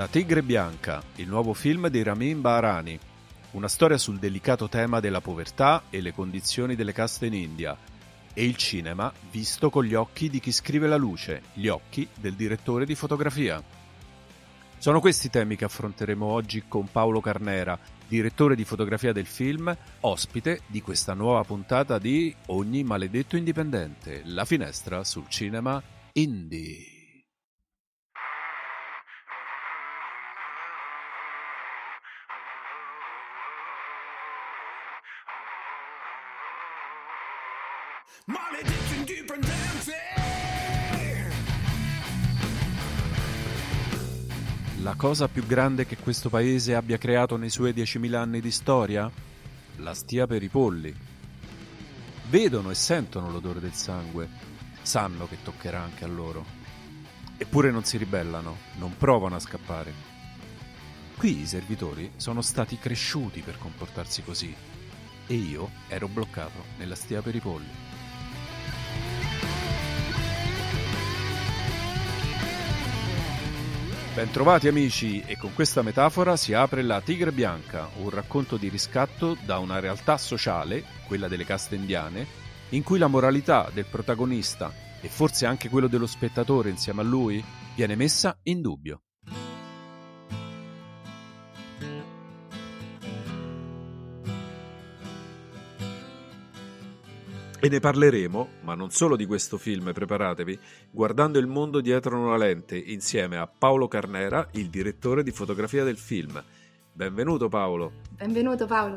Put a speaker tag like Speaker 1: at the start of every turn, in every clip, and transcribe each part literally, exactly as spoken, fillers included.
Speaker 1: La tigre bianca, il nuovo film di Ramin Bahrani. Una storia sul delicato tema della povertà e le condizioni delle caste in India. E il cinema visto con gli occhi di chi scrive la luce, gli occhi del direttore di fotografia. Sono questi temi che affronteremo oggi con Paolo Carnera, direttore di fotografia del film, ospite di questa nuova puntata di Ogni maledetto indipendente, la finestra sul cinema indie.
Speaker 2: Maledetto indipendente!
Speaker 1: La cosa più grande che questo paese abbia creato nei suoi diecimila anni di storia? La stia per i polli. Vedono e sentono l'odore del sangue, sanno che toccherà anche a loro. Eppure non si ribellano, non provano a scappare. Qui i servitori sono stati cresciuti per comportarsi così e io ero bloccato nella stia per i polli. Bentrovati amici, e con questa metafora si apre La Tigre Bianca, un racconto di riscatto da una realtà sociale, quella delle caste indiane, in cui la moralità del protagonista e forse anche quello dello spettatore insieme a lui viene messa in dubbio. E ne parleremo, ma non solo di questo film, preparatevi, guardando il mondo dietro una lente, insieme a Paolo Carnera, il direttore di fotografia del film. Benvenuto Paolo.
Speaker 3: Benvenuto Paolo.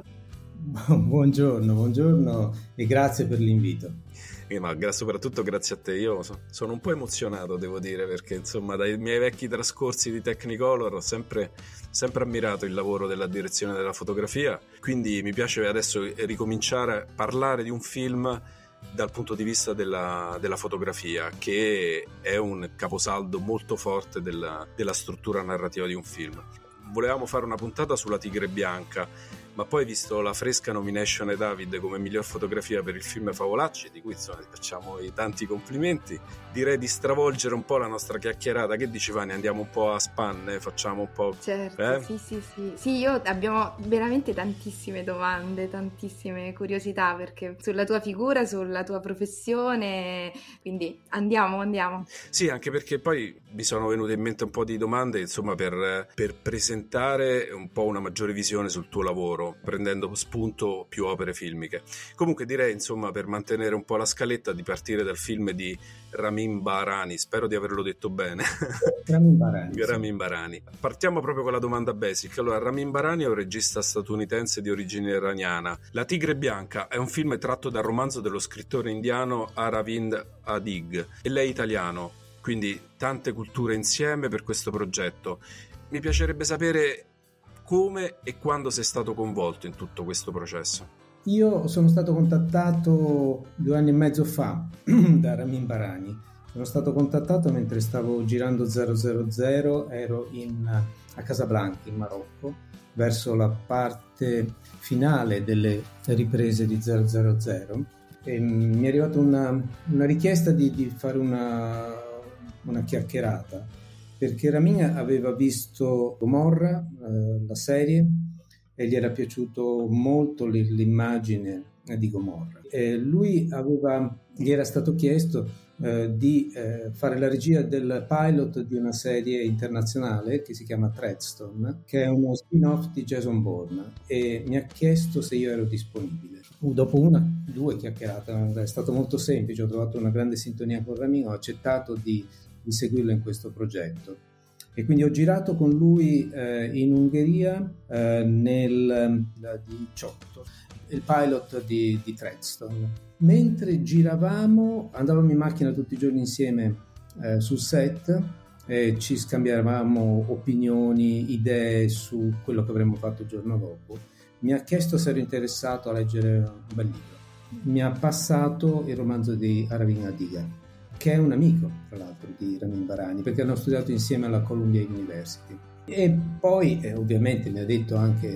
Speaker 4: Buongiorno, buongiorno e grazie per l'invito.
Speaker 5: Eh, ma soprattutto grazie a te, io sono un po' emozionato, devo dire, perché insomma dai miei vecchi trascorsi di Technicolor ho sempre, sempre ammirato il lavoro della direzione della fotografia, quindi mi piace adesso ricominciare a parlare di un film dal punto di vista della, della fotografia, che è un caposaldo molto forte della, della struttura narrativa di un film. Volevamo fare una puntata sulla Tigre Bianca, ma poi visto la fresca nomination ai David come miglior fotografia per il film Favolacci, di cui insomma facciamo i tanti complimenti, direi di stravolgere un po' la nostra chiacchierata. Che dici Vani? Andiamo un po' a spanne, facciamo un po'...
Speaker 3: Certo,
Speaker 5: eh?
Speaker 3: sì, sì, sì. Sì, io abbiamo veramente tantissime domande, tantissime curiosità, perché sulla tua figura, sulla tua professione, quindi andiamo, andiamo.
Speaker 5: Sì, anche perché poi mi sono venute in mente un po' di domande, insomma, per, per presentare un po' una maggiore visione sul tuo lavoro, prendendo spunto più opere filmiche. Comunque direi, insomma, per mantenere un po' la scaletta, di partire dal film di Ramin Bahrani, spero di averlo detto bene.
Speaker 4: Ramin Bahrani.
Speaker 5: Ramin Bahrani. Partiamo proprio con la domanda basic. Allora, Ramin Bahrani è un regista statunitense di origine iraniana. La Tigre Bianca è un film tratto dal romanzo dello scrittore indiano Aravind Adig, e lei è italiano, quindi tante culture insieme per questo progetto. Mi piacerebbe sapere come e quando sei stato coinvolto in tutto questo processo.
Speaker 4: Io sono stato contattato due anni e mezzo fa da Ramin Bahrani. Sono stato contattato mentre stavo girando zero zero zero, ero in, a Casablanca, in Marocco, verso la parte finale delle riprese di zero zero zero, e mi è arrivata una, una richiesta di, di fare una, una chiacchierata, perché Ramin aveva visto Gomorra, eh, la serie, e gli era piaciuto molto l'immagine di Gomorra. E lui aveva, gli era stato chiesto eh, di eh, fare la regia del pilot di una serie internazionale che si chiama Treadstone, che è uno spin-off di Jason Bourne, e mi ha chiesto se io ero disponibile. Dopo una, due chiacchierate, è stato molto semplice, ho trovato una grande sintonia con Ramin, ho accettato di, di seguirlo in questo progetto. E quindi ho girato con lui eh, in Ungheria eh, nel diciotto, il pilot di, di Treadstone. Mentre giravamo, andavamo in macchina tutti i giorni insieme eh, sul set e ci scambiavamo opinioni, idee su quello che avremmo fatto il giorno dopo. Mi ha chiesto se ero interessato a leggere un bel libro. Mi ha passato il romanzo di Aravind Adiga, che è un amico, tra l'altro, di Ramin Bahrani, perché hanno studiato insieme alla Columbia University. E poi, eh, ovviamente, mi ha detto anche,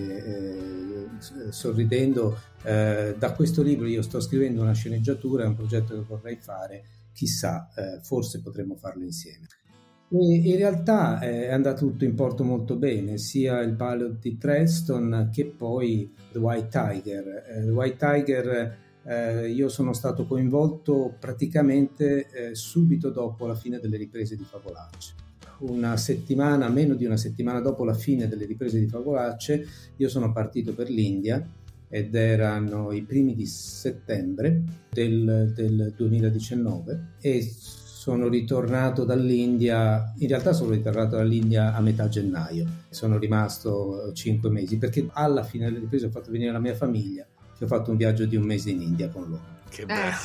Speaker 4: eh, sorridendo, eh, da questo libro io sto scrivendo una sceneggiatura, è un progetto che vorrei fare, chissà, eh, forse potremmo farlo insieme. E in realtà è andato tutto in porto molto bene, sia il pilot di Preston che poi The White Tiger. Eh, The White Tiger eh, io sono stato coinvolto praticamente eh, subito dopo la fine delle riprese di Favolacce. Una settimana, meno di una settimana dopo la fine delle riprese di Favolacce, io sono partito per l'India ed erano i primi di settembre del, del duemiladiciannove e sono ritornato dall'India, in realtà sono ritornato dall'India a metà gennaio, sono rimasto cinque mesi perché alla fine delle riprese ho fatto venire la mia famiglia e ho fatto un viaggio di un mese in India con loro.
Speaker 5: Che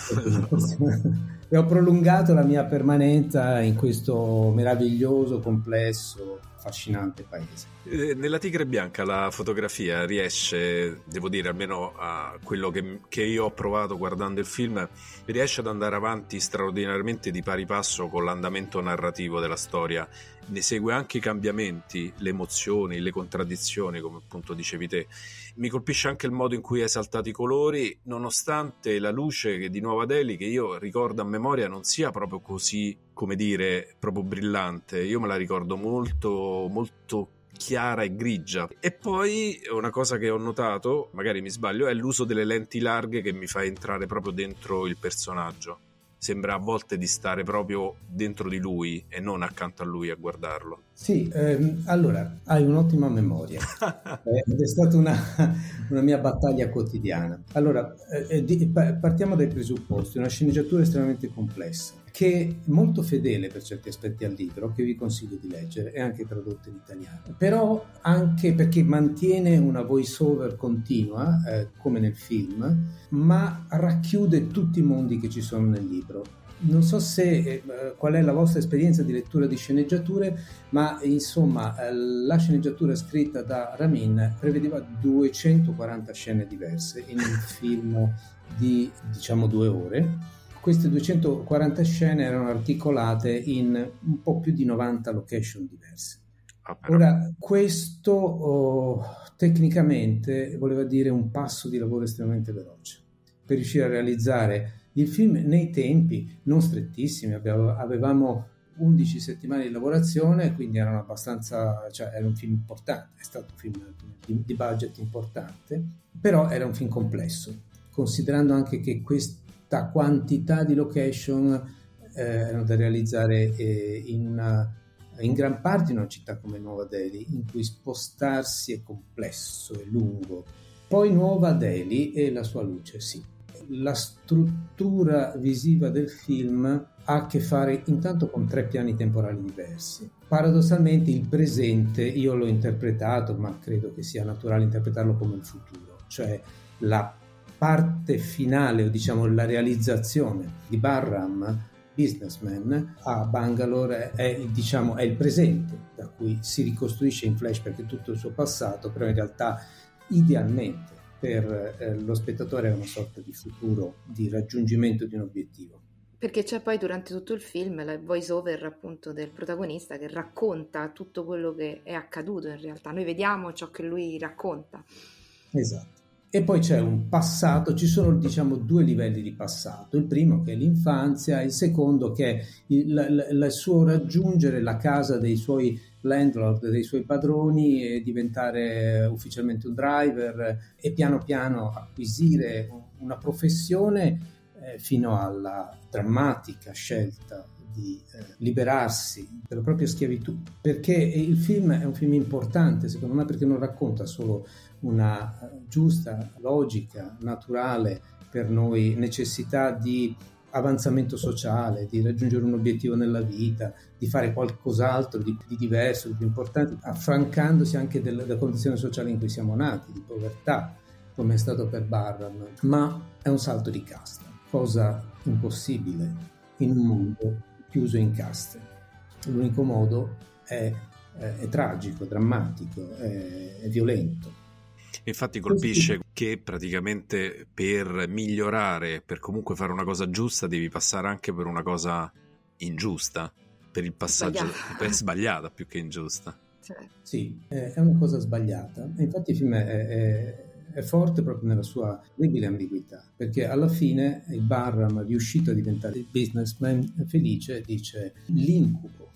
Speaker 5: bello!
Speaker 4: E ho prolungato la mia permanenza in questo meraviglioso, complesso, affascinante paese.
Speaker 5: Eh, nella Tigre Bianca la fotografia riesce, devo dire, almeno a quello che, che io ho provato guardando il film, riesce ad andare avanti straordinariamente di pari passo con l'andamento narrativo della storia. Ne segue anche i cambiamenti, le emozioni, le contraddizioni, come appunto dicevi te. Mi colpisce anche il modo in cui hai esaltato i colori, nonostante la luce di Nuova Delhi, che io ricordo a memoria, non sia proprio così, come dire, proprio brillante. Io me la ricordo molto, molto chiara e grigia. E poi una cosa che ho notato, magari mi sbaglio, è l'uso delle lenti larghe che mi fa entrare proprio dentro il personaggio. Sembra a volte di stare proprio dentro di lui e non accanto a lui a guardarlo.
Speaker 4: Sì, ehm, allora, hai un'ottima memoria. eh, ed è stata una, una mia battaglia quotidiana. Allora, eh, di, partiamo dai presupposti. Una sceneggiatura estremamente complessa, che è molto fedele per certi aspetti al libro, che vi consiglio di leggere, è anche tradotto in italiano. Però anche perché mantiene una voice-over continua, eh, come nel film, ma racchiude tutti i mondi che ci sono nel libro. Non so se eh, qual è la vostra esperienza di lettura di sceneggiature, ma insomma eh, la sceneggiatura scritta da Ramin prevedeva duecentoquaranta scene diverse in un film di diciamo due ore. Queste duecentoquaranta scene erano articolate in un po' più di novanta location diverse. Ora, questo oh, tecnicamente voleva dire un passo di lavoro estremamente veloce per riuscire a realizzare il film nei tempi non strettissimi. Abbiamo, avevamo undici settimane di lavorazione, quindi erano abbastanza, cioè era un film importante, è stato un film di, di budget importante, però era un film complesso, considerando anche che questa quantità di location eh, erano da realizzare eh, in, una, in gran parte in una città come Nuova Delhi, in cui spostarsi è complesso, è lungo. Poi Nuova Delhi e la sua luce, sì. La struttura visiva del film ha a che fare intanto con tre piani temporali diversi. Paradossalmente il presente io l'ho interpretato, ma credo che sia naturale interpretarlo come il futuro, cioè la parte finale o diciamo la realizzazione di Barram, businessman, a Bangalore è, diciamo, è il presente da cui si ricostruisce in flash perché tutto il suo passato, però in realtà idealmente per eh, lo spettatore è una sorta di futuro, di raggiungimento di un obiettivo.
Speaker 3: Perché c'è poi durante tutto il film la voice over appunto del protagonista che racconta tutto quello che è accaduto in realtà. Noi vediamo ciò che lui racconta.
Speaker 4: Esatto. E poi c'è un passato, ci sono diciamo due livelli di passato. Il primo che è l'infanzia, il secondo che è il, il, il suo raggiungere la casa dei suoi landlord, dei suoi padroni e diventare ufficialmente un driver e piano piano acquisire una professione eh, fino alla drammatica scelta di eh, liberarsi dalla propria schiavitù, perché il film è un film importante secondo me perché non racconta solo una giusta, logica, naturale per noi necessità di avanzamento sociale, di raggiungere un obiettivo nella vita, di fare qualcos'altro di, di diverso, di più importante, affrancandosi anche del, della condizione sociale in cui siamo nati, di povertà, come è stato per Barram, ma è un salto di casta, cosa impossibile in un mondo chiuso in caste. L'unico modo è, è, è tragico, drammatico, è, è violento.
Speaker 5: Infatti colpisce che praticamente per migliorare, per comunque fare una cosa giusta, devi passare anche per una cosa ingiusta, per il passaggio sbagliata, per sbagliata più che ingiusta.
Speaker 3: Cioè.
Speaker 4: Sì, è una cosa sbagliata. E infatti il film è, è, è forte proprio nella sua terribile ambiguità, perché alla fine il Barram, riuscito a diventare il businessman felice, dice l'incubo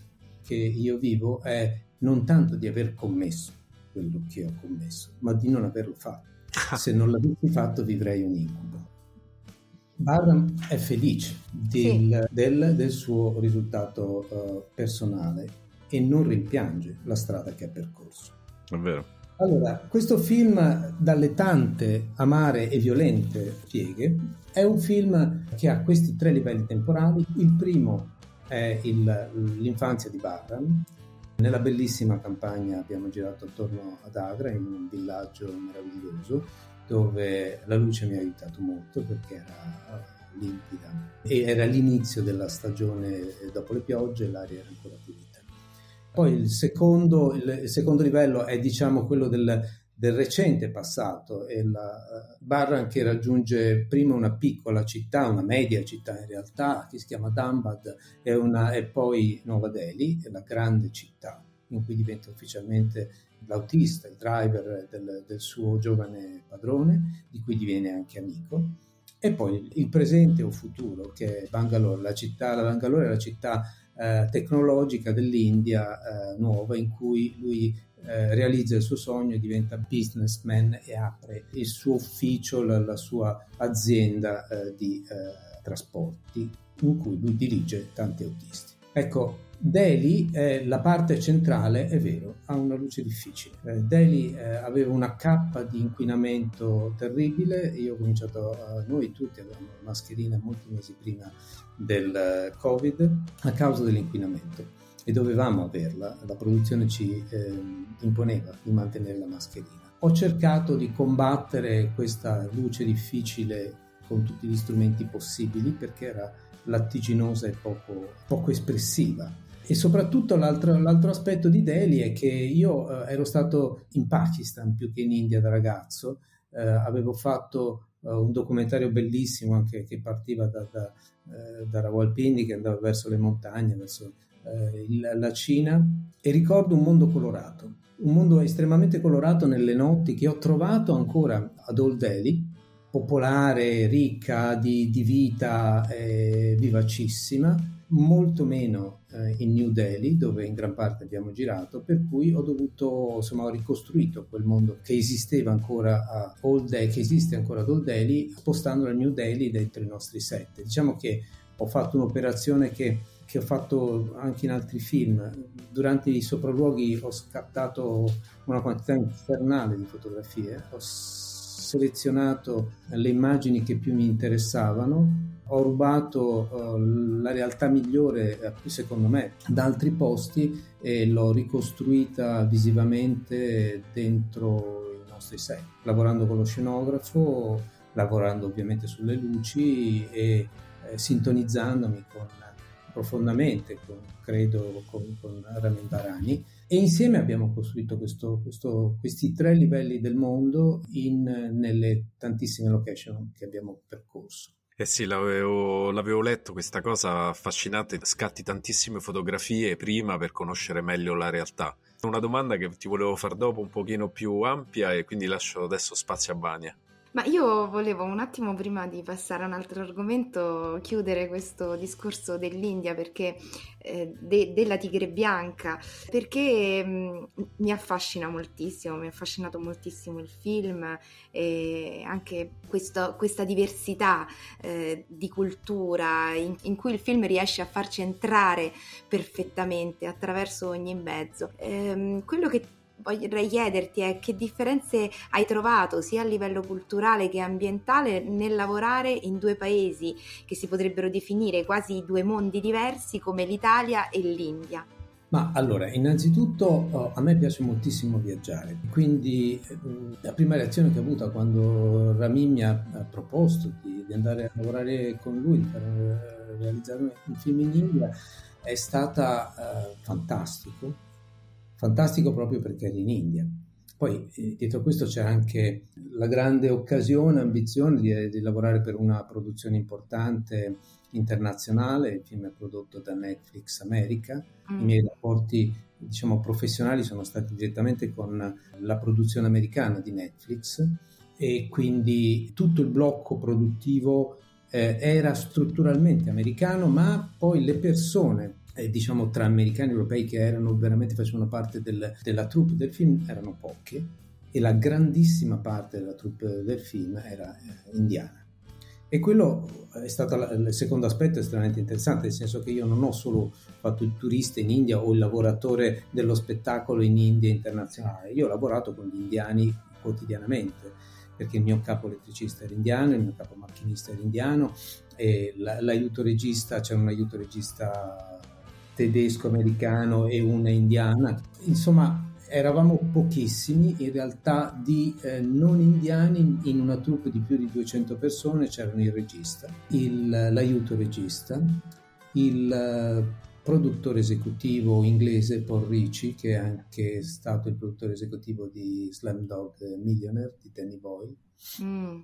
Speaker 4: che io vivo è non tanto di aver commesso quello che ho commesso, ma di non averlo fatto. Se non l'avessi fatto vivrei un incubo. Bahram è felice del, sì. del, del suo risultato uh, personale e non rimpiange la strada che ha percorso.
Speaker 5: È vero.
Speaker 4: Allora, questo film, dalle tante amare e violente pieghe, è un film che ha questi tre livelli temporali. Il primo è il, l'infanzia di Bahram. Nella bellissima campagna abbiamo girato attorno ad Agra, in un villaggio meraviglioso, dove la luce mi ha aiutato molto perché era limpida e era l'inizio della stagione dopo le piogge e l'aria era ancora pulita. Poi il secondo, il secondo livello è, diciamo, quello del, del recente passato, è la Bahram che raggiunge prima una piccola città, una media città in realtà, che si chiama Dhanbad, e, una, e poi Nuova Delhi, è la grande città in cui diventa ufficialmente l'autista, il driver del, del suo giovane padrone, di cui diviene anche amico. E poi il presente o futuro, che è Bangalore, la città, la Bangalore è la città eh, tecnologica dell'India eh, nuova, in cui lui eh, realizza il suo sogno e diventa businessman e apre il suo ufficio, la, la sua azienda eh, di eh, trasporti, in cui lui dirige tanti autisti. Ecco, Delhi, eh, la parte centrale, è vero, ha una luce difficile. Eh, Delhi eh, aveva una cappa di inquinamento terribile. Io ho cominciato, a, noi tutti avevamo la mascherina molti mesi prima del eh, Covid a causa dell'inquinamento e dovevamo averla, la produzione ci eh, imponeva di mantenere la mascherina. Ho cercato di combattere questa luce difficile con tutti gli strumenti possibili perché era lattiginosa e poco, poco espressiva. E soprattutto l'altro, l'altro aspetto di Delhi è che io eh, ero stato in Pakistan più che in India da ragazzo, eh, avevo fatto eh, un documentario bellissimo anche che partiva da, da, eh, da Rawalpindi, che andava verso le montagne, verso eh, il, la Cina, e ricordo un mondo colorato, un mondo estremamente colorato nelle notti che ho trovato ancora ad Old Delhi, popolare, ricca di, di vita, eh, vivacissima, molto meno eh, in New Delhi, dove in gran parte abbiamo girato, per cui ho dovuto, insomma, ho ricostruito quel mondo che esisteva ancora a Old Delhi, che esiste ancora ad Old Delhi, spostandolo a New Delhi dentro i nostri set. Diciamo che ho fatto un'operazione che, che ho fatto anche in altri film. Durante i sopralluoghi ho scattato una quantità infernale di fotografie, ho selezionato le immagini che più mi interessavano, ho rubato uh, la realtà migliore, secondo me, da altri posti e l'ho ricostruita visivamente dentro i nostri set, lavorando con lo scenografo, lavorando ovviamente sulle luci e eh, sintonizzandomi con, profondamente, con, credo, con, con Ramin Bahrani. E insieme abbiamo costruito questo, questo, questi tre livelli del mondo in, nelle tantissime location che abbiamo percorso.
Speaker 5: Eh sì, l'avevo, l'avevo letto questa cosa affascinante, scatti tantissime fotografie prima per conoscere meglio la realtà. Una domanda che ti volevo far dopo un pochino più ampia e quindi lascio adesso spazio a Vania.
Speaker 3: Ma io volevo un attimo, prima di passare a un altro argomento, chiudere questo discorso dell'India, perché eh, de, della tigre bianca, perché mh, mi affascina moltissimo, mi ha affascinato moltissimo il film e anche questo, questa diversità eh, di cultura in, in cui il film riesce a farci entrare perfettamente attraverso ogni mezzo. Ehm, quello che vorrei chiederti è che differenze hai trovato sia a livello culturale che ambientale nel lavorare in due paesi che si potrebbero definire quasi due mondi diversi come l'Italia e l'India.
Speaker 4: Ma allora, innanzitutto oh, a me piace moltissimo viaggiare, quindi eh, la prima reazione che ho avuto quando Ramin mi ha, ha proposto di, di andare a lavorare con lui per eh, realizzare un film in India è stata eh, fantastico. Fantastico proprio perché eri in India. Poi eh, dietro questo c'è anche la grande occasione, ambizione di, di lavorare per una produzione importante internazionale. Il film è prodotto da Netflix America. Mm. I miei rapporti, diciamo, professionali sono stati direttamente con la produzione americana di Netflix e quindi tutto il blocco produttivo eh, era strutturalmente americano, ma poi le persone eh, diciamo tra americani e europei che erano veramente facevano parte del, della troupe del film erano poche, e la grandissima parte della troupe del film era eh, indiana. E quello è stato la, il secondo aspetto estremamente interessante, nel senso che io non ho solo fatto il turista in India o il lavoratore dello spettacolo in India internazionale, io ho lavorato con gli indiani quotidianamente, perché il mio capo elettricista era indiano, il mio capo macchinista era indiano, e la, l'aiuto regista, c'era un aiuto regista tedesco-americano e una indiana, insomma eravamo pochissimi in realtà di eh, non indiani in una troupe di più di duecento persone. C'erano il regista, il, l'aiuto regista, il uh, produttore esecutivo inglese Paul Ricci, che è anche stato il produttore esecutivo di Slumdog Millionaire di Danny Boyle. Mm.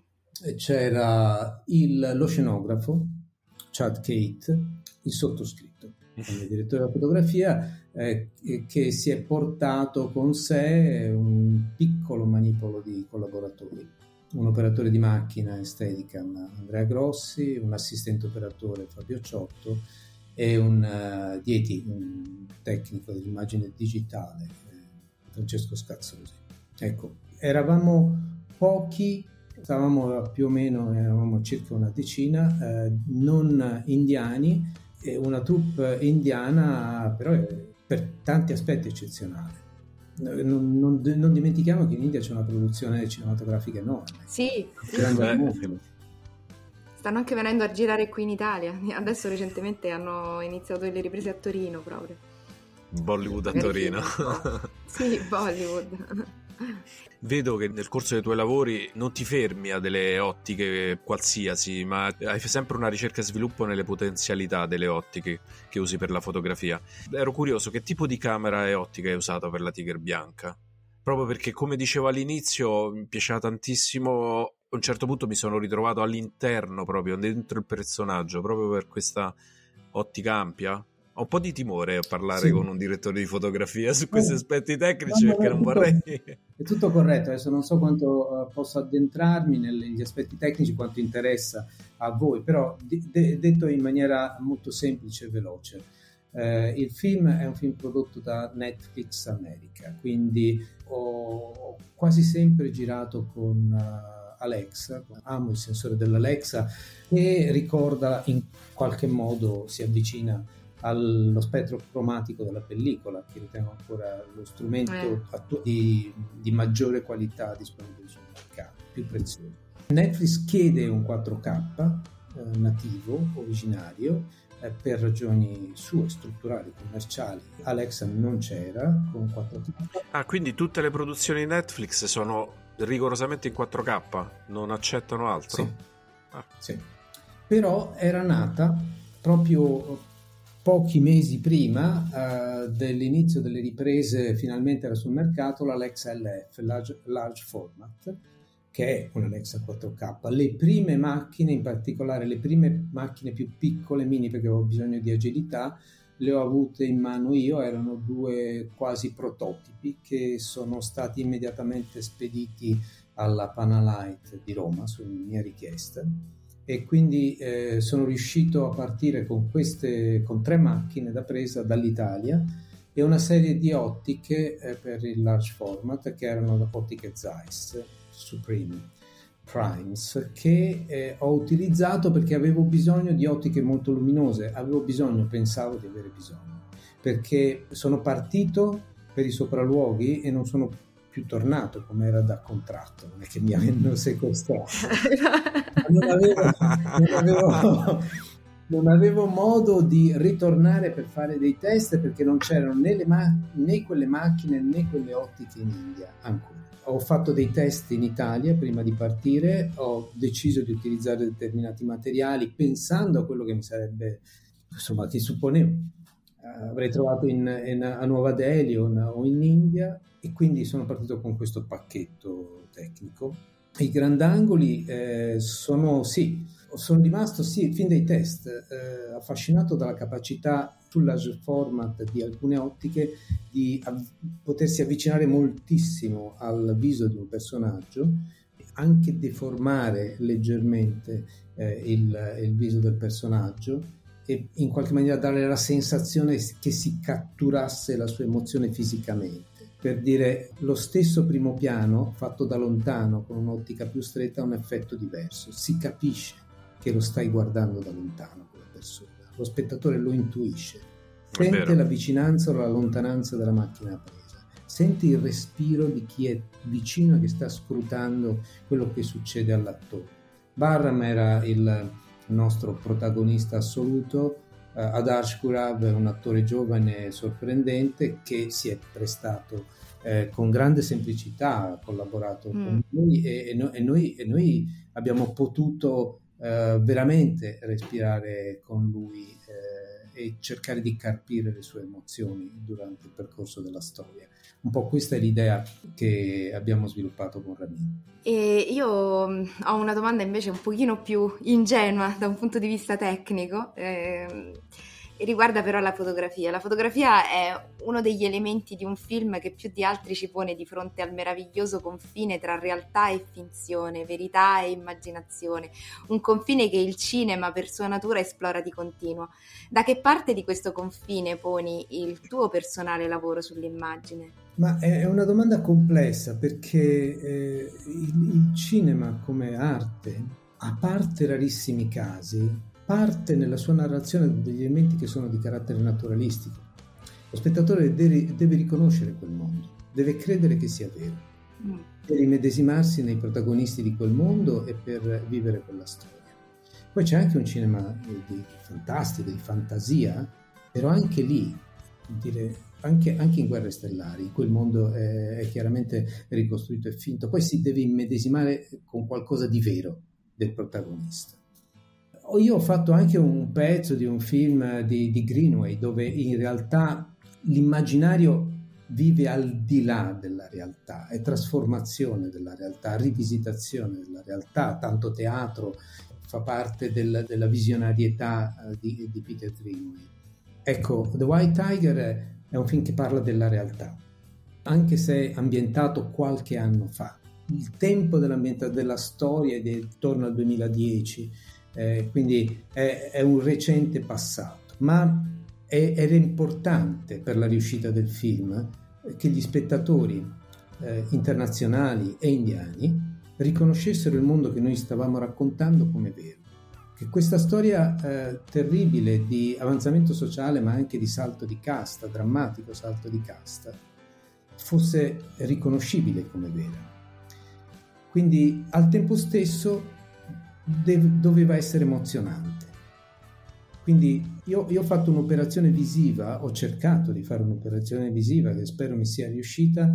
Speaker 4: C'era il, lo scenografo Chad Kate, il sottoscritto come direttore della fotografia, eh, che si è portato con sé un piccolo manipolo di collaboratori, un operatore di macchina e Steadicam Andrea Grossi, un assistente operatore Fabio Ciotto e un uh, D A T, un tecnico dell'immagine digitale eh, Francesco Scazzosi. Ecco, eravamo pochi, stavamo più o meno, eravamo circa una decina, eh, non indiani, una troupe indiana però è per tanti aspetti eccezionale. Non, non, non dimentichiamo che in India c'è una produzione cinematografica enorme.
Speaker 3: Sì, sì.
Speaker 4: Grande.
Speaker 3: Stanno anche venendo a girare qui in Italia. Adesso recentemente hanno iniziato delle riprese a Torino proprio.
Speaker 5: Bollywood a Torino.
Speaker 3: Sì, Bollywood.
Speaker 5: Vedo che nel corso dei tuoi lavori non ti fermi a delle ottiche qualsiasi, ma hai sempre una ricerca e sviluppo nelle potenzialità delle ottiche che usi per la fotografia. Ero curioso, che tipo di camera e ottica hai usato per la Tiger Bianca? Proprio perché, come dicevo all'inizio, mi piaceva tantissimo. A un certo punto mi sono ritrovato all'interno, proprio dentro il personaggio, proprio per questa ottica ampia. Ho un po' di timore a parlare sì. con un direttore di fotografia su questi eh, aspetti tecnici, no, perché non
Speaker 4: tutto,
Speaker 5: vorrei...
Speaker 4: È tutto corretto, adesso non so quanto uh, posso addentrarmi negli aspetti tecnici, quanto interessa a voi, però de- de- detto in maniera molto semplice e veloce. Uh, il film è un film prodotto da Netflix America, quindi ho, ho quasi sempre girato con... Uh, Alexa, amo il sensore dell'Alexa, che ricorda in qualche modo, si avvicina allo spettro cromatico della pellicola, che ritengo ancora lo strumento eh. attu- di, di maggiore qualità disponibile sul mercato, più prezioso. Netflix chiede un quattro K eh, nativo, originario, eh, per ragioni sue, strutturali, commerciali. Alexa non c'era con quattro K.
Speaker 5: Ah, quindi tutte le produzioni Netflix sono rigorosamente in quattro K, non accettano altro?
Speaker 4: Sì,
Speaker 5: ah.
Speaker 4: sì. Però era nata proprio pochi mesi prima uh, dell'inizio delle riprese, finalmente era sul mercato l'Alexa L F, Large, Large Format, che è un'Alexa quattro K. Le prime macchine, in particolare le prime macchine più piccole, mini, perché avevo bisogno di agilità, le ho avute in mano io, erano due quasi prototipi che sono stati immediatamente spediti alla Panalite di Roma su mia richiesta, e quindi eh, sono riuscito a partire con queste, con tre macchine da presa dall'Italia e una serie di ottiche eh, per il large format, che erano ottiche Zeiss Supreme Primes, che eh, ho utilizzato perché avevo bisogno di ottiche molto luminose, avevo bisogno, pensavo di avere bisogno, perché sono partito per i sopralluoghi e non sono più tornato come era da contratto, non è che mi avevano sequestrato. non, avevo, non, avevo, non avevo modo di ritornare per fare dei test, perché non c'erano né, le ma- né quelle macchine né quelle ottiche in India ancora. Ho fatto dei test in Italia prima di partire, ho deciso di utilizzare determinati materiali pensando a quello che mi sarebbe, insomma, ti supponevo, uh, avrei trovato in, in, a Nuova Delhi o in, o in India, e quindi sono partito con questo pacchetto tecnico. I grandangoli eh, sono, sì, sono rimasto, sì, fin dai test, eh, affascinato dalla capacità sul large format di alcune ottiche di av- potersi avvicinare moltissimo al viso di un personaggio, anche deformare leggermente eh, il, il viso del personaggio, e in qualche maniera dare la sensazione che si catturasse la sua emozione fisicamente. Per dire, lo stesso primo piano fatto da lontano con un'ottica più stretta ha un effetto diverso, si capisce che lo stai guardando da lontano quella persona, lo spettatore lo intuisce, sente la vicinanza o la lontananza della macchina presa, sente il respiro di chi è vicino e che sta scrutando quello che succede all'attore. Bahram era il nostro protagonista assoluto, uh, Adarsh Kurav è un attore giovane e sorprendente che si è prestato eh, con grande semplicità, ha collaborato mm. con noi e, e, no, e, noi e noi abbiamo potuto uh, veramente respirare con lui eh, e cercare di carpire le sue emozioni durante il percorso della storia. Un po' questa è l'idea che abbiamo sviluppato con Ramin.
Speaker 3: E io ho una domanda invece un pochino più ingenua da un punto di vista tecnico, eh, e riguarda però la fotografia. La fotografia è uno degli elementi di un film che più di altri ci pone di fronte al meraviglioso confine tra realtà e finzione, verità e immaginazione, un confine che il cinema per sua natura esplora di continuo. Da che parte di questo confine poni il tuo personale lavoro sull'immagine?
Speaker 4: Ma è una domanda complessa, perché eh, il, il cinema come arte, a parte rarissimi casi, parte nella sua narrazione degli elementi che sono di carattere naturalistico. Lo spettatore deve, deve riconoscere quel mondo, deve credere che sia vero, mm. per immedesimarsi nei protagonisti di quel mondo e per vivere quella storia. Poi c'è anche un cinema di, di fantastico, di fantasia, però anche lì, dire, anche, anche in Guerre Stellari, quel mondo è, è chiaramente ricostruito e finto, poi si deve immedesimare con qualcosa di vero del protagonista. Io ho fatto anche un pezzo di un film di, di Greenaway dove in realtà l'immaginario vive al di là della realtà, è trasformazione della realtà, rivisitazione della realtà, tanto teatro fa parte del, della visionarietà di, di Peter Greenaway. Ecco, The White Tiger è un film che parla della realtà, anche se è ambientato qualche anno fa. Il tempo dell'ambientazione della storia è intorno al duemiladieci, Eh, quindi è, è un recente passato, ma è, era importante per la riuscita del film che gli spettatori eh, internazionali e indiani riconoscessero il mondo che noi stavamo raccontando come vero, che questa storia eh, terribile di avanzamento sociale ma anche di salto di casta, drammatico salto di casta, fosse riconoscibile come vera. Quindi al tempo stesso Deve, doveva essere emozionante. Quindi io, io ho fatto un'operazione visiva, ho cercato di fare un'operazione visiva che spero mi sia riuscita,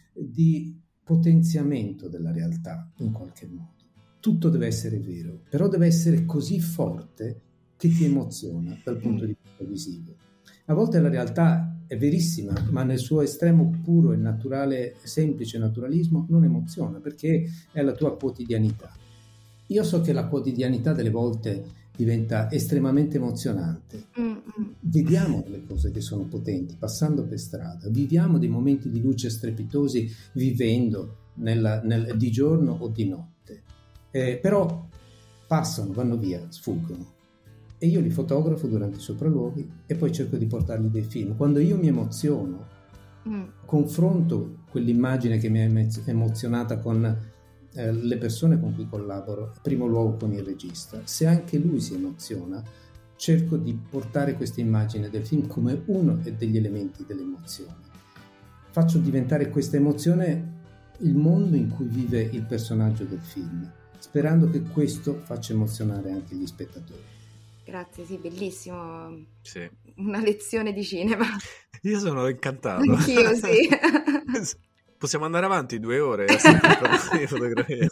Speaker 4: di potenziamento della realtà in qualche modo. Tutto deve essere vero, però deve essere così forte che ti emoziona dal punto di vista visivo. A volte la realtà è verissima, ma nel suo estremo puro e naturale, semplice naturalismo non emoziona, perché è la tua quotidianità. Io so che la quotidianità delle volte diventa estremamente emozionante. Mm-hmm. Vediamo le cose che sono potenti passando per strada, viviamo dei momenti di luce strepitosi vivendo nella, nel, di giorno o di notte, eh, però passano, vanno via, sfuggono e io li fotografo durante i sopralluoghi e poi cerco di portarli dei film. Quando io mi emoziono, mm. confronto quell'immagine che mi ha emozionata con le persone con cui collaboro, in primo luogo con il regista. Se anche lui si emoziona, cerco di portare questa immagine del film come uno degli elementi dell'emozione. Faccio diventare questa emozione il mondo in cui vive il personaggio del film, sperando che questo faccia emozionare anche gli spettatori.
Speaker 3: Grazie, sì, bellissimo.
Speaker 5: Sì. Una
Speaker 3: lezione di cinema.
Speaker 5: Io sono incantato.
Speaker 3: Anch'io, sì.
Speaker 5: Possiamo andare avanti due ore a parlare di fotografia.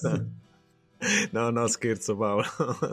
Speaker 5: No, no, scherzo Paolo.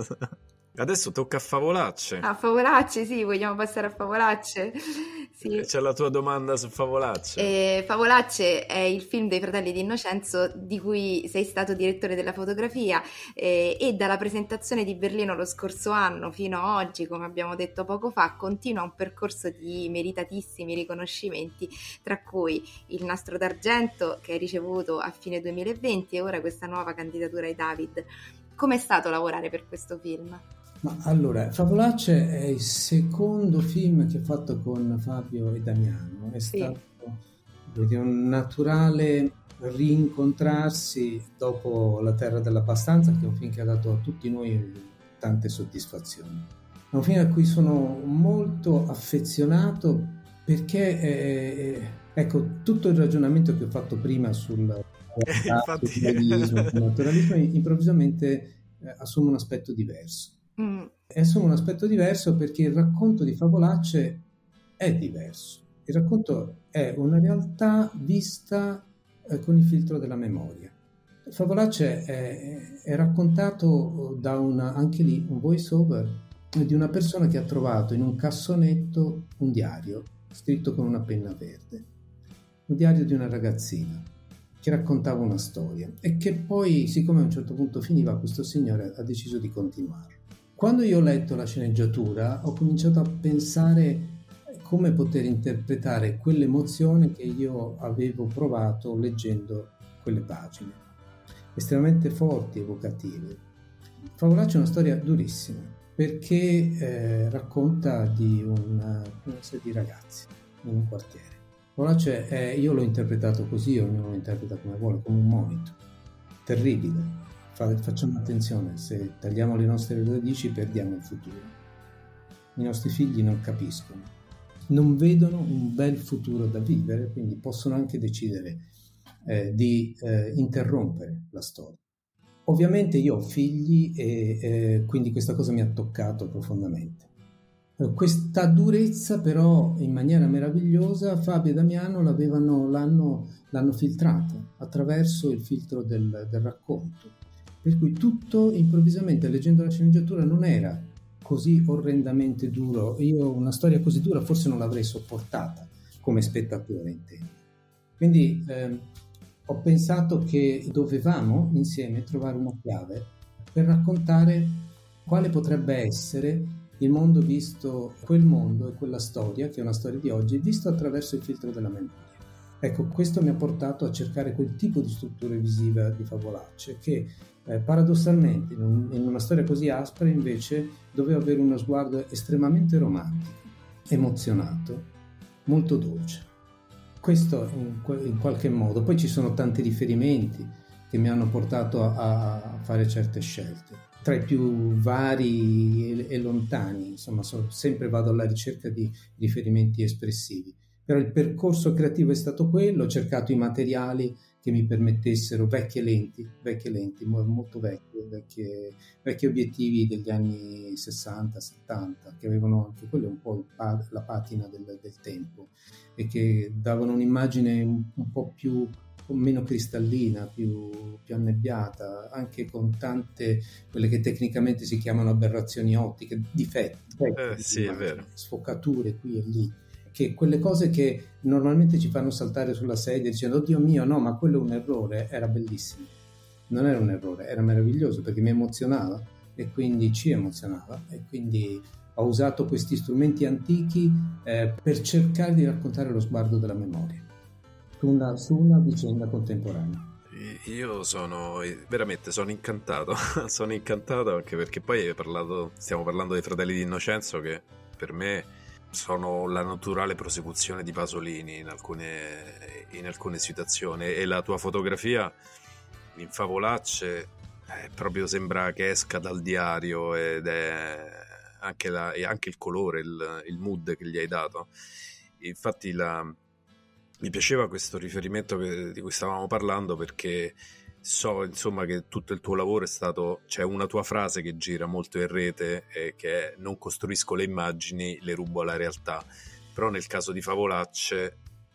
Speaker 5: Adesso tocca a Favolacce.
Speaker 3: A Favolacce, sì, vogliamo passare a Favolacce. Sì.
Speaker 5: C'è la tua domanda su Favolacce.
Speaker 3: Eh, Favolacce è il film dei fratelli Di Innocenzo di cui sei stato direttore della fotografia eh, e dalla presentazione di Berlino lo scorso anno fino a oggi, come abbiamo detto poco fa, continua un percorso di meritatissimi riconoscimenti, tra cui il Nastro d'Argento che hai ricevuto a fine duemilaventi e ora questa nuova candidatura ai David. Com'è stato lavorare per questo film?
Speaker 4: Ma allora, Favolacce è il secondo film che ho fatto con Fabio e Damiano. È sì. stato un naturale rincontrarsi dopo La terra dell'abbastanza, che è un film che ha dato a tutti noi tante soddisfazioni. È un film a cui sono molto affezionato perché eh, ecco, tutto il ragionamento che ho fatto prima sul,
Speaker 5: Infatti...
Speaker 4: sul realismo, sul naturalismo improvvisamente eh, assume un aspetto diverso.
Speaker 3: Mm.
Speaker 4: E assume un aspetto diverso perché il racconto di Favolacce è diverso. Il racconto è una realtà vista eh, con il filtro della memoria. Favolacce è, è raccontato da una, anche lì un voice over di una persona che ha trovato in un cassonetto un diario scritto con una penna verde, un diario di una ragazzina che raccontava una storia e che poi, siccome a un certo punto finiva, questo signore ha deciso di continuare. Quando io ho letto la sceneggiatura ho cominciato a pensare come poter interpretare quell'emozione che io avevo provato leggendo quelle pagine, estremamente forti, evocative. Favolacce è una storia durissima perché eh, racconta di una, una serie di ragazzi in un quartiere. Favolacce è, io l'ho interpretato così, ognuno lo interpreta come vuole, come un monito terribile. Facciamo attenzione, se tagliamo le nostre radici perdiamo il futuro. I nostri figli non capiscono, non vedono un bel futuro da vivere, quindi possono anche decidere eh, di eh, interrompere la storia. Ovviamente io ho figli e eh, quindi questa cosa mi ha toccato profondamente. Eh, questa durezza però in maniera meravigliosa Fabio e Damiano l'avevano, l'hanno, l'hanno filtrata attraverso il filtro del, del racconto. Per cui tutto improvvisamente, leggendo la sceneggiatura, non era così orrendamente duro. Io una storia così dura forse non l'avrei sopportata come spettatore, intendo. Quindi eh, ho pensato che dovevamo insieme trovare una chiave per raccontare quale potrebbe essere il mondo visto, quel mondo e quella storia, che è una storia di oggi, visto attraverso il filtro della memoria. Ecco, questo mi ha portato a cercare quel tipo di struttura visiva di Favolacce che eh, paradossalmente in, un, in una storia così aspra invece doveva avere uno sguardo estremamente romantico, emozionato, molto dolce. Questo in, in qualche modo. Poi ci sono tanti riferimenti che mi hanno portato a, a fare certe scelte, tra i più vari e, e lontani, insomma so, sempre vado alla ricerca di riferimenti espressivi. Però il percorso creativo è stato quello, ho cercato i materiali che mi permettessero vecchie lenti, vecchie lenti, molto vecchie, vecchie, vecchi obiettivi degli anni sessanta settanta, che avevano anche quello un po' il, la patina del, del tempo e che davano un'immagine un, un po' più, meno cristallina, più, più annebbiata, anche con tante, quelle che tecnicamente si chiamano aberrazioni ottiche, difetti,
Speaker 5: eh, sì, è vero.
Speaker 4: Sfocature qui e lì. Che quelle cose che normalmente ci fanno saltare sulla sedia dicendo oddio mio no ma quello è un errore, era bellissimo, non era un errore, era meraviglioso perché mi emozionava e quindi ci emozionava e quindi ho usato questi strumenti antichi eh, per cercare di raccontare lo sguardo della memoria su una, su una vicenda contemporanea.
Speaker 5: Io sono veramente sono incantato sono incantato anche perché poi hai parlato, stiamo parlando dei Fratelli di Innocenzo, che per me sono la naturale prosecuzione di Pasolini in alcune, in alcune situazioni, e la tua fotografia in Favolacce eh, proprio sembra che esca dal diario, ed è anche, la, e anche il colore, il, il mood che gli hai dato. Infatti la, mi piaceva questo riferimento che, di cui stavamo parlando, perché so insomma che tutto il tuo lavoro è stato, c'è una tua frase che gira molto in rete eh, che è: non costruisco le immagini, le rubo alla realtà. Però nel caso di Favolacce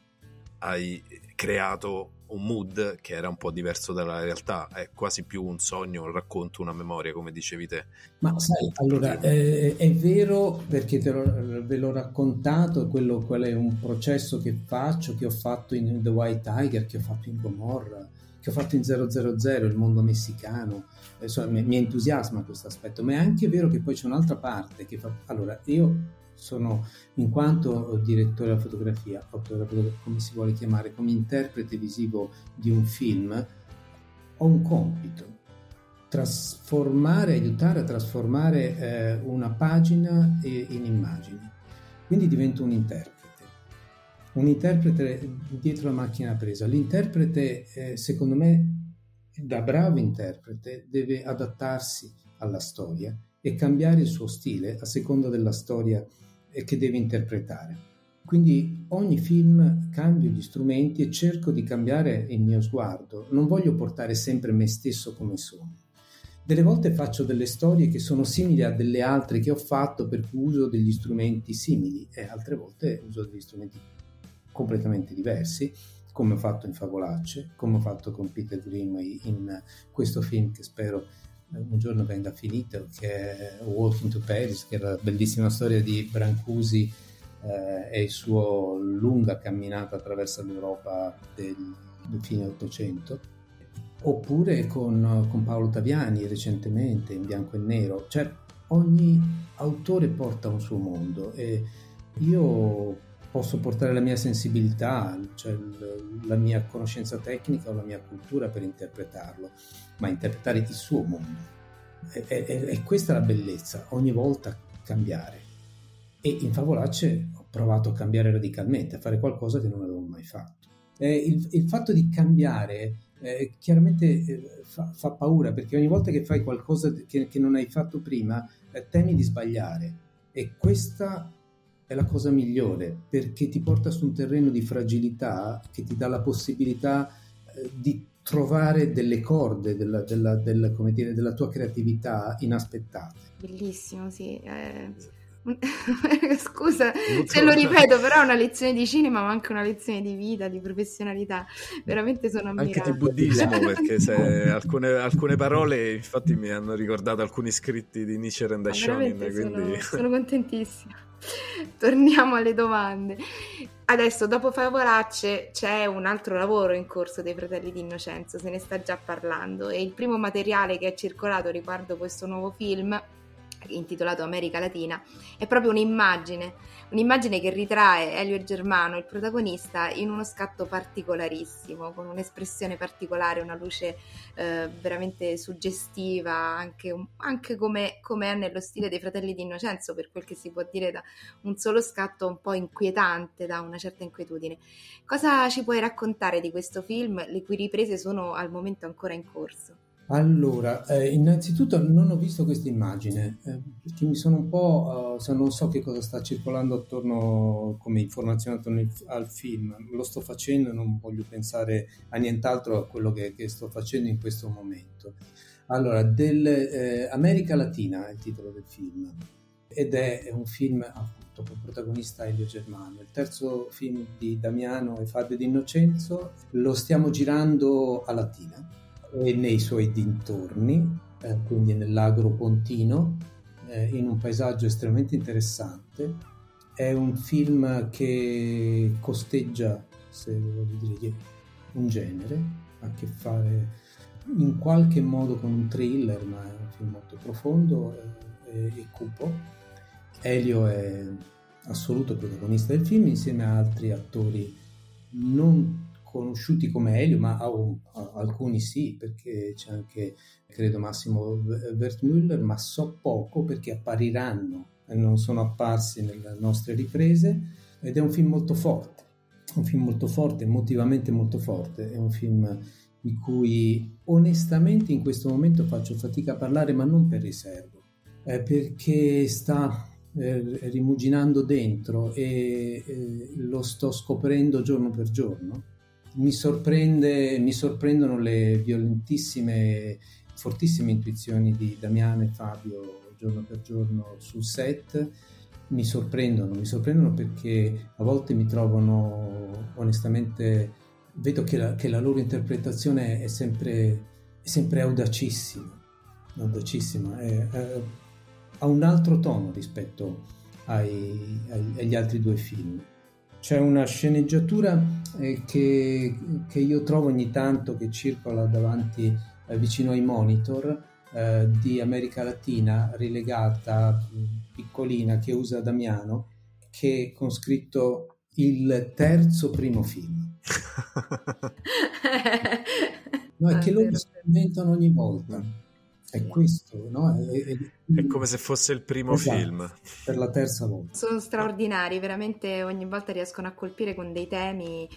Speaker 5: hai creato un mood che era un po' diverso dalla realtà, è quasi più un sogno, un racconto, una memoria, come dicevi te.
Speaker 4: Ma sai, allora eh, è vero, perché te lo, ve l'ho raccontato, quello, quello è un processo che faccio, che ho fatto in The White Tiger, che ho fatto in Gomorra, che ho fatto in zero zero zero, il mondo messicano, insomma, mi, mi entusiasma questo aspetto, ma è anche vero che poi c'è un'altra parte che fa. Allora, io sono, in quanto direttore della fotografia, autore, come si vuole chiamare, come interprete visivo di un film, ho un compito, trasformare, aiutare a trasformare eh, una pagina in immagini. Quindi divento un interprete. Un interprete dietro la macchina presa. L'interprete, eh, secondo me, da bravo interprete, deve adattarsi alla storia e cambiare il suo stile a seconda della storia che deve interpretare. Quindi ogni film cambio gli strumenti e cerco di cambiare il mio sguardo. Non voglio portare sempre me stesso come sono. Delle volte faccio delle storie che sono simili a delle altre che ho fatto, per cui uso degli strumenti simili, e altre volte uso degli strumenti completamente diversi, come ho fatto in Favolacce, come ho fatto con Peter Greenaway in questo film che spero un giorno venga finito, che è Walking to Paris, che è la bellissima storia di Brancusi eh, e il suo lunga camminata attraverso l'Europa del, del fine Ottocento, oppure con, con Paolo Taviani recentemente in bianco e nero. Cioè ogni autore porta un suo mondo e io posso portare la mia sensibilità, cioè la mia conoscenza tecnica o la mia cultura per interpretarlo, ma interpretare il suo mondo. E, e, e questa è la bellezza, ogni volta cambiare. E in Favolacce ho provato a cambiare radicalmente, a fare qualcosa che non avevo mai fatto. E il, il fatto di cambiare eh, chiaramente eh, fa, fa paura, perché ogni volta che fai qualcosa che, che non hai fatto prima eh, temi di sbagliare, e questa è la cosa migliore, perché ti porta su un terreno di fragilità che ti dà la possibilità eh, di trovare delle corde della, della, della, come dire, della tua creatività inaspettate.
Speaker 3: Bellissimo, sì. Eh, scusa se lo ripeto, però è una lezione di cinema, ma anche una lezione di vita, di professionalità. Veramente sono ammirata.
Speaker 5: Anche di buddismo, perché se alcune, alcune parole infatti mi hanno ricordato alcuni scritti di Nichiren Daishonin. Quindi...
Speaker 3: sono, sono contentissima. Torniamo alle domande. Adesso, dopo Favolacce, c'è un altro lavoro in corso dei Fratelli di Innocenzo, se ne sta già parlando, e il primo materiale che è circolato riguardo questo nuovo film, intitolato America Latina, è proprio un'immagine, un'immagine che ritrae Elio Germano, il protagonista, in uno scatto particolarissimo, con un'espressione particolare, una luce eh, veramente suggestiva, anche, anche come, come è nello stile dei Fratelli di Innocenzo, per quel che si può dire da un solo scatto un po' inquietante, da una certa inquietudine. Cosa ci puoi raccontare di questo film, le cui riprese sono al momento ancora in corso?
Speaker 4: Allora, eh, innanzitutto non ho visto questa immagine, eh, perché mi sono un po', uh, se non so che cosa sta circolando attorno come informazione attorno al film, lo sto facendo e non voglio pensare a nient'altro a quello che, che sto facendo in questo momento. Allora, del, eh, America Latina è il titolo del film, ed è un film appunto con protagonista Elio Germano, il terzo film di Damiano e Fabio D'Innocenzo. Lo stiamo girando a Latina e nei suoi dintorni, eh, quindi nell'Agro Pontino, eh, in un paesaggio estremamente interessante. È un film che costeggia, se voglio dire, un genere, ha a che fare in qualche modo con un thriller, ma è un film molto profondo e, e cupo. Elio è assoluto protagonista del film insieme a altri attori non conosciuti come Elio, ma oh, alcuni sì, perché c'è anche, credo, Massimo Wertmüller, ma so poco perché appariranno e non sono apparsi nelle nostre riprese, ed è un film molto forte, un film molto forte, emotivamente molto forte, è un film di cui onestamente in questo momento faccio fatica a parlare, ma non per riservo, eh, perché sta eh, rimuginando dentro e eh, lo sto scoprendo giorno per giorno. Mi sorprende, mi sorprendono le violentissime, fortissime intuizioni di Damiano e Fabio giorno per giorno sul set. Mi sorprendono, mi sorprendono perché a volte mi trovano, onestamente, vedo che la, che la loro interpretazione è sempre, è sempre audacissima, audacissima, è, è, ha un altro tono rispetto ai, ai, agli altri due film. C'è una sceneggiatura eh, che, che io trovo ogni tanto che circola davanti, eh, vicino ai monitor, eh, di America Latina, rilegata, piccolina, che usa Damiano, che con scritto il terzo primo film. No, è che loro si inventano ogni volta. È questo, no? È, è,
Speaker 5: è come se fosse il primo esatto, film.
Speaker 4: Per la terza volta.
Speaker 3: Sono straordinari, veramente ogni volta riescono a colpire con dei temi.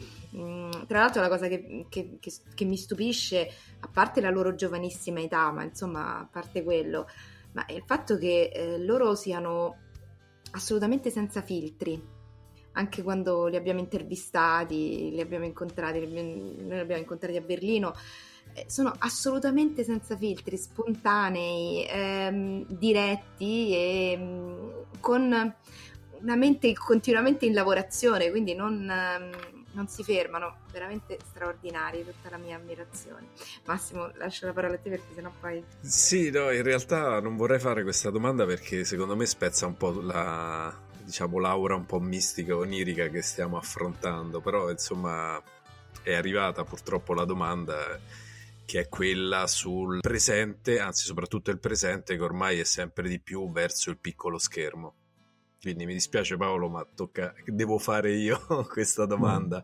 Speaker 3: Tra l'altro la cosa che, che, che, che mi stupisce, a parte la loro giovanissima età, ma insomma a parte quello, ma è il fatto che eh, loro siano assolutamente senza filtri. Anche quando li abbiamo intervistati, li abbiamo incontrati, li abbiamo, noi li abbiamo incontrati a Berlino, eh, sono assolutamente senza filtri, spontanei, ehm, diretti e mh, con una mente continuamente in lavorazione, quindi non, ehm, non si fermano, veramente straordinari, tutta la mia ammirazione. Massimo, lascio la parola a te perché sennò poi...
Speaker 5: Sì, no, in realtà non vorrei fare questa domanda perché secondo me spezza un po' la... diciamo l'aura un po' mistica, onirica che stiamo affrontando, però insomma è arrivata purtroppo la domanda che è quella sul presente, anzi soprattutto il presente che ormai è sempre di più verso il piccolo schermo. Quindi mi dispiace Paolo, ma tocca, devo fare io questa domanda.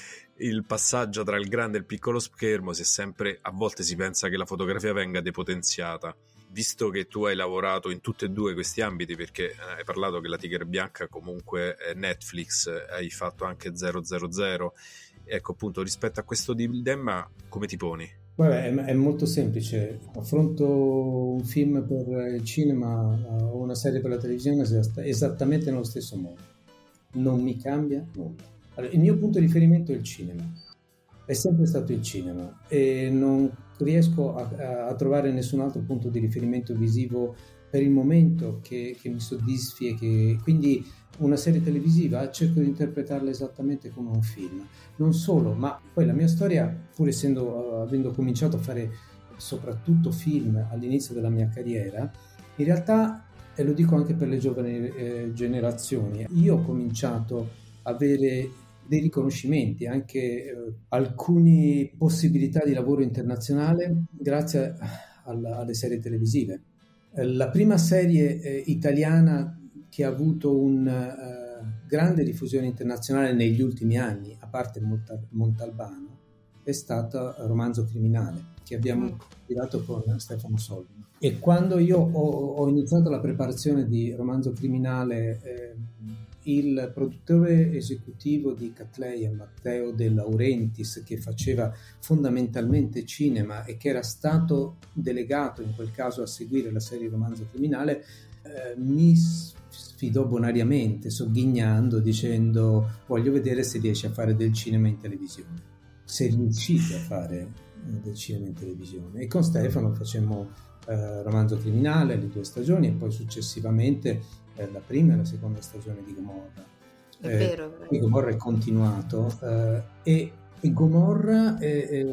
Speaker 5: Il passaggio tra il grande e il piccolo schermo, se sempre a volte si pensa che la fotografia venga depotenziata. Visto che tu hai lavorato in tutti e due questi ambiti, perché hai parlato che la Tigre Bianca comunque è Netflix, hai fatto anche zero zero zero, ecco appunto rispetto a questo dilemma come ti poni?
Speaker 4: Guarda, è, è molto semplice, affronto un film per il cinema o una serie per la televisione esattamente nello stesso modo, non mi cambia nulla. Allora, il mio punto di riferimento è il cinema, è sempre stato il cinema e non riesco a, a trovare nessun altro punto di riferimento visivo per il momento che, che mi soddisfi, e che quindi una serie televisiva cerco di interpretarla esattamente come un film. Non solo, ma poi la mia storia, pur essendo avendo cominciato a fare soprattutto film all'inizio della mia carriera, in realtà, e lo dico anche per le giovani eh, generazioni, io ho cominciato a avere dei riconoscimenti, anche eh, alcune possibilità di lavoro internazionale grazie alla, alle serie televisive. Eh, la prima serie eh, italiana che ha avuto una uh, grande diffusione internazionale negli ultimi anni, a parte Montal- Montalbano, è stata Romanzo Criminale, che abbiamo girato con Stefano Soldi. E quando io ho, ho iniziato la preparazione di Romanzo Criminale, eh, il produttore esecutivo di Cattleya, Matteo De Laurentiis, che faceva fondamentalmente cinema e che era stato delegato in quel caso a seguire la serie Romanzo Criminale, eh, mi sfidò bonariamente, sogghignando, dicendo: voglio vedere se riesci a fare del cinema in televisione, se riuscite a fare eh, del cinema in televisione. E con Stefano facemmo eh, Romanzo Criminale, le due stagioni, e poi successivamente eh, la prima e la seconda stagione di Gomorra.
Speaker 3: È
Speaker 4: eh,
Speaker 3: vero,
Speaker 4: e Gomorra è continuato eh, e, e Gomorra è, è,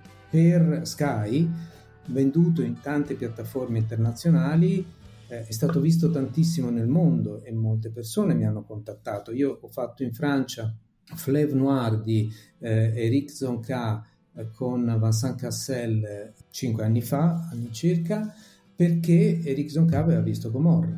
Speaker 4: per Sky, venduto in tante piattaforme internazionali, è stato visto tantissimo nel mondo e molte persone mi hanno contattato. Io ho fatto in Francia Fleuve Noir di eh, Eric Zonka eh, con Vincent Cassel eh, cinque anni fa, anni circa, perché Eric Zonka aveva visto Gomorra.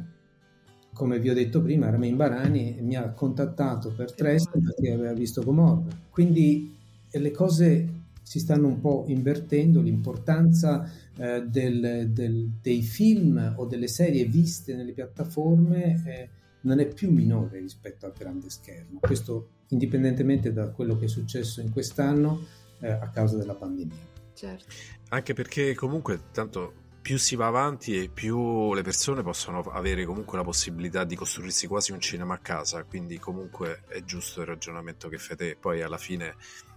Speaker 4: Come vi ho detto prima, Ramin Barani mi ha contattato per Trieste perché aveva visto Gomorra. Quindi eh, le cose si stanno un po' invertendo, l'importanza eh, del, del, dei film o delle serie viste nelle piattaforme eh, non è più minore rispetto al grande schermo. Questo indipendentemente da quello che è successo in quest'anno eh, a causa della pandemia.
Speaker 3: Certo.
Speaker 5: Anche perché comunque tanto più si va avanti e più le persone possono avere comunque la possibilità di costruirsi quasi un cinema a casa, quindi comunque è giusto il ragionamento che fai te. Poi alla fine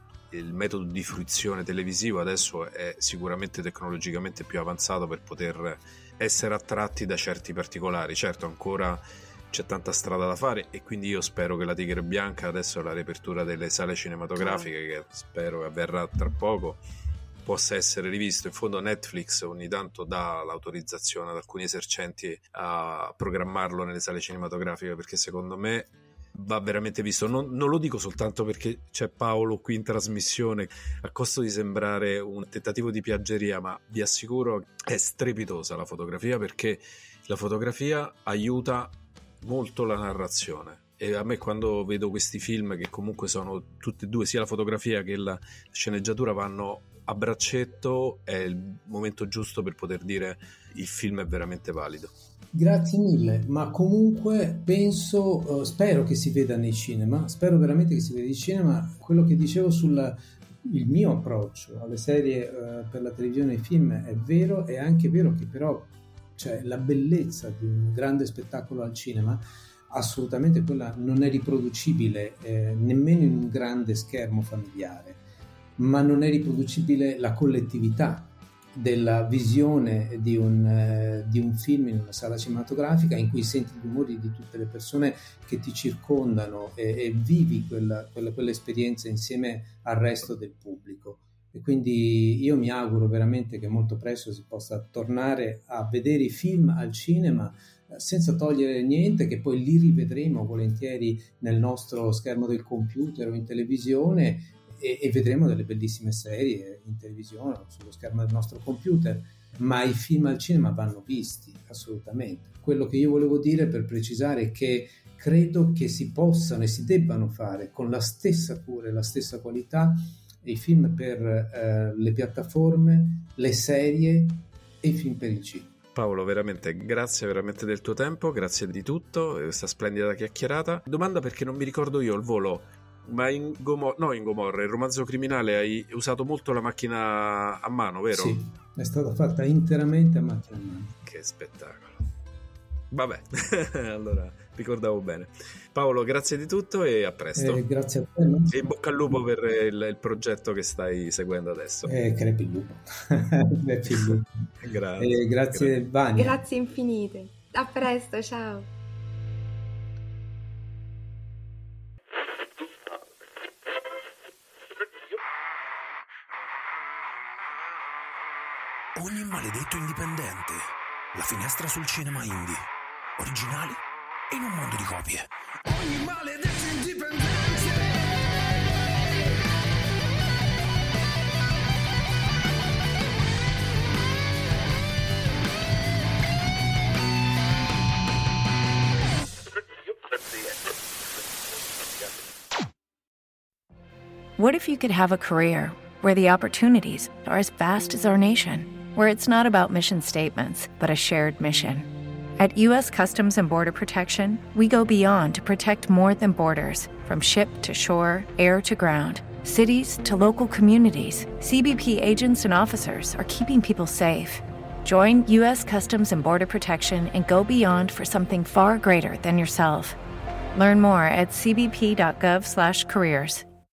Speaker 5: il metodo di fruizione televisivo adesso è sicuramente tecnologicamente più avanzato per poter essere attratti da certi particolari. Certo, ancora c'è tanta strada da fare e quindi io spero che la Tigre Bianca, adesso la riapertura delle sale cinematografiche, che spero avverrà tra poco, possa essere rivisto. In fondo Netflix ogni tanto dà l'autorizzazione ad alcuni esercenti a programmarlo nelle sale cinematografiche, perché secondo me va veramente visto. Non, non lo dico soltanto perché c'è Paolo qui in trasmissione, a costo di sembrare un tentativo di piaggeria, ma vi assicuro è strepitosa la fotografia, perché la fotografia aiuta molto la narrazione. E a me, quando vedo questi film che comunque sono tutti e due, sia la fotografia che la sceneggiatura, vanno a braccetto è il momento giusto per poter dire il film è veramente valido.
Speaker 4: Grazie mille, ma comunque penso, uh, spero che si veda nei cinema, spero veramente che si veda nei cinema. Quello che dicevo sul il mio approccio alle serie uh, per la televisione e i film è vero, è anche vero che però cioè, la bellezza di un grande spettacolo al cinema assolutamente quella non è riproducibile eh, nemmeno in un grande schermo familiare, ma non è riproducibile la collettività della visione di un, eh, di un film in una sala cinematografica in cui senti i rumori di tutte le persone che ti circondano e, e vivi quella, quella, quell'esperienza insieme al resto del pubblico. E quindi io mi auguro veramente che molto presto si possa tornare a vedere i film al cinema eh, senza togliere niente, che poi li rivedremo volentieri nel nostro schermo del computer o in televisione, e, e vedremo delle bellissime serie in televisione o sullo schermo del nostro computer, ma i film al cinema vanno visti assolutamente. Quello che io volevo dire per precisare è che credo che si possano e si debbano fare con la stessa cura e la stessa qualità i film per eh, le piattaforme, le serie e i film per il cinema.
Speaker 5: Paolo, veramente grazie veramente del tuo tempo, grazie di tutto, questa splendida chiacchierata. Domanda perché non mi ricordo io al volo, ma in Gomorra, no in Gomorra, il romanzo criminale hai usato molto la macchina a mano, vero?
Speaker 4: Sì, è stata fatta interamente a macchina a mano.
Speaker 5: Che spettacolo. Vabbè, allora ricordavo bene. Paolo, grazie di tutto e a presto.
Speaker 4: Eh, grazie a te. No?
Speaker 5: E in bocca al lupo per il, il progetto che stai seguendo adesso.
Speaker 4: Eh, crepi il lupo. crepi il lupo.
Speaker 5: Grazie.
Speaker 4: Eh, grazie Vania.
Speaker 3: Grazie infinite. A presto, ciao.
Speaker 2: Ogni maledetto indipendente. La finestra sul cinema indie. Originali in un mondo di copie. Ogni maledetto indipendente.
Speaker 6: What if you could have a career where the opportunities are as vast as our nation, where it's not about mission statements, but a shared mission? At U S Customs and Border Protection, we go beyond to protect more than borders. From ship to shore, air to ground, cities to local communities, C B P agents and officers are keeping people safe. Join U S Customs and Border Protection and go beyond for something far greater than yourself. Learn more at c b p dot gov slash careers.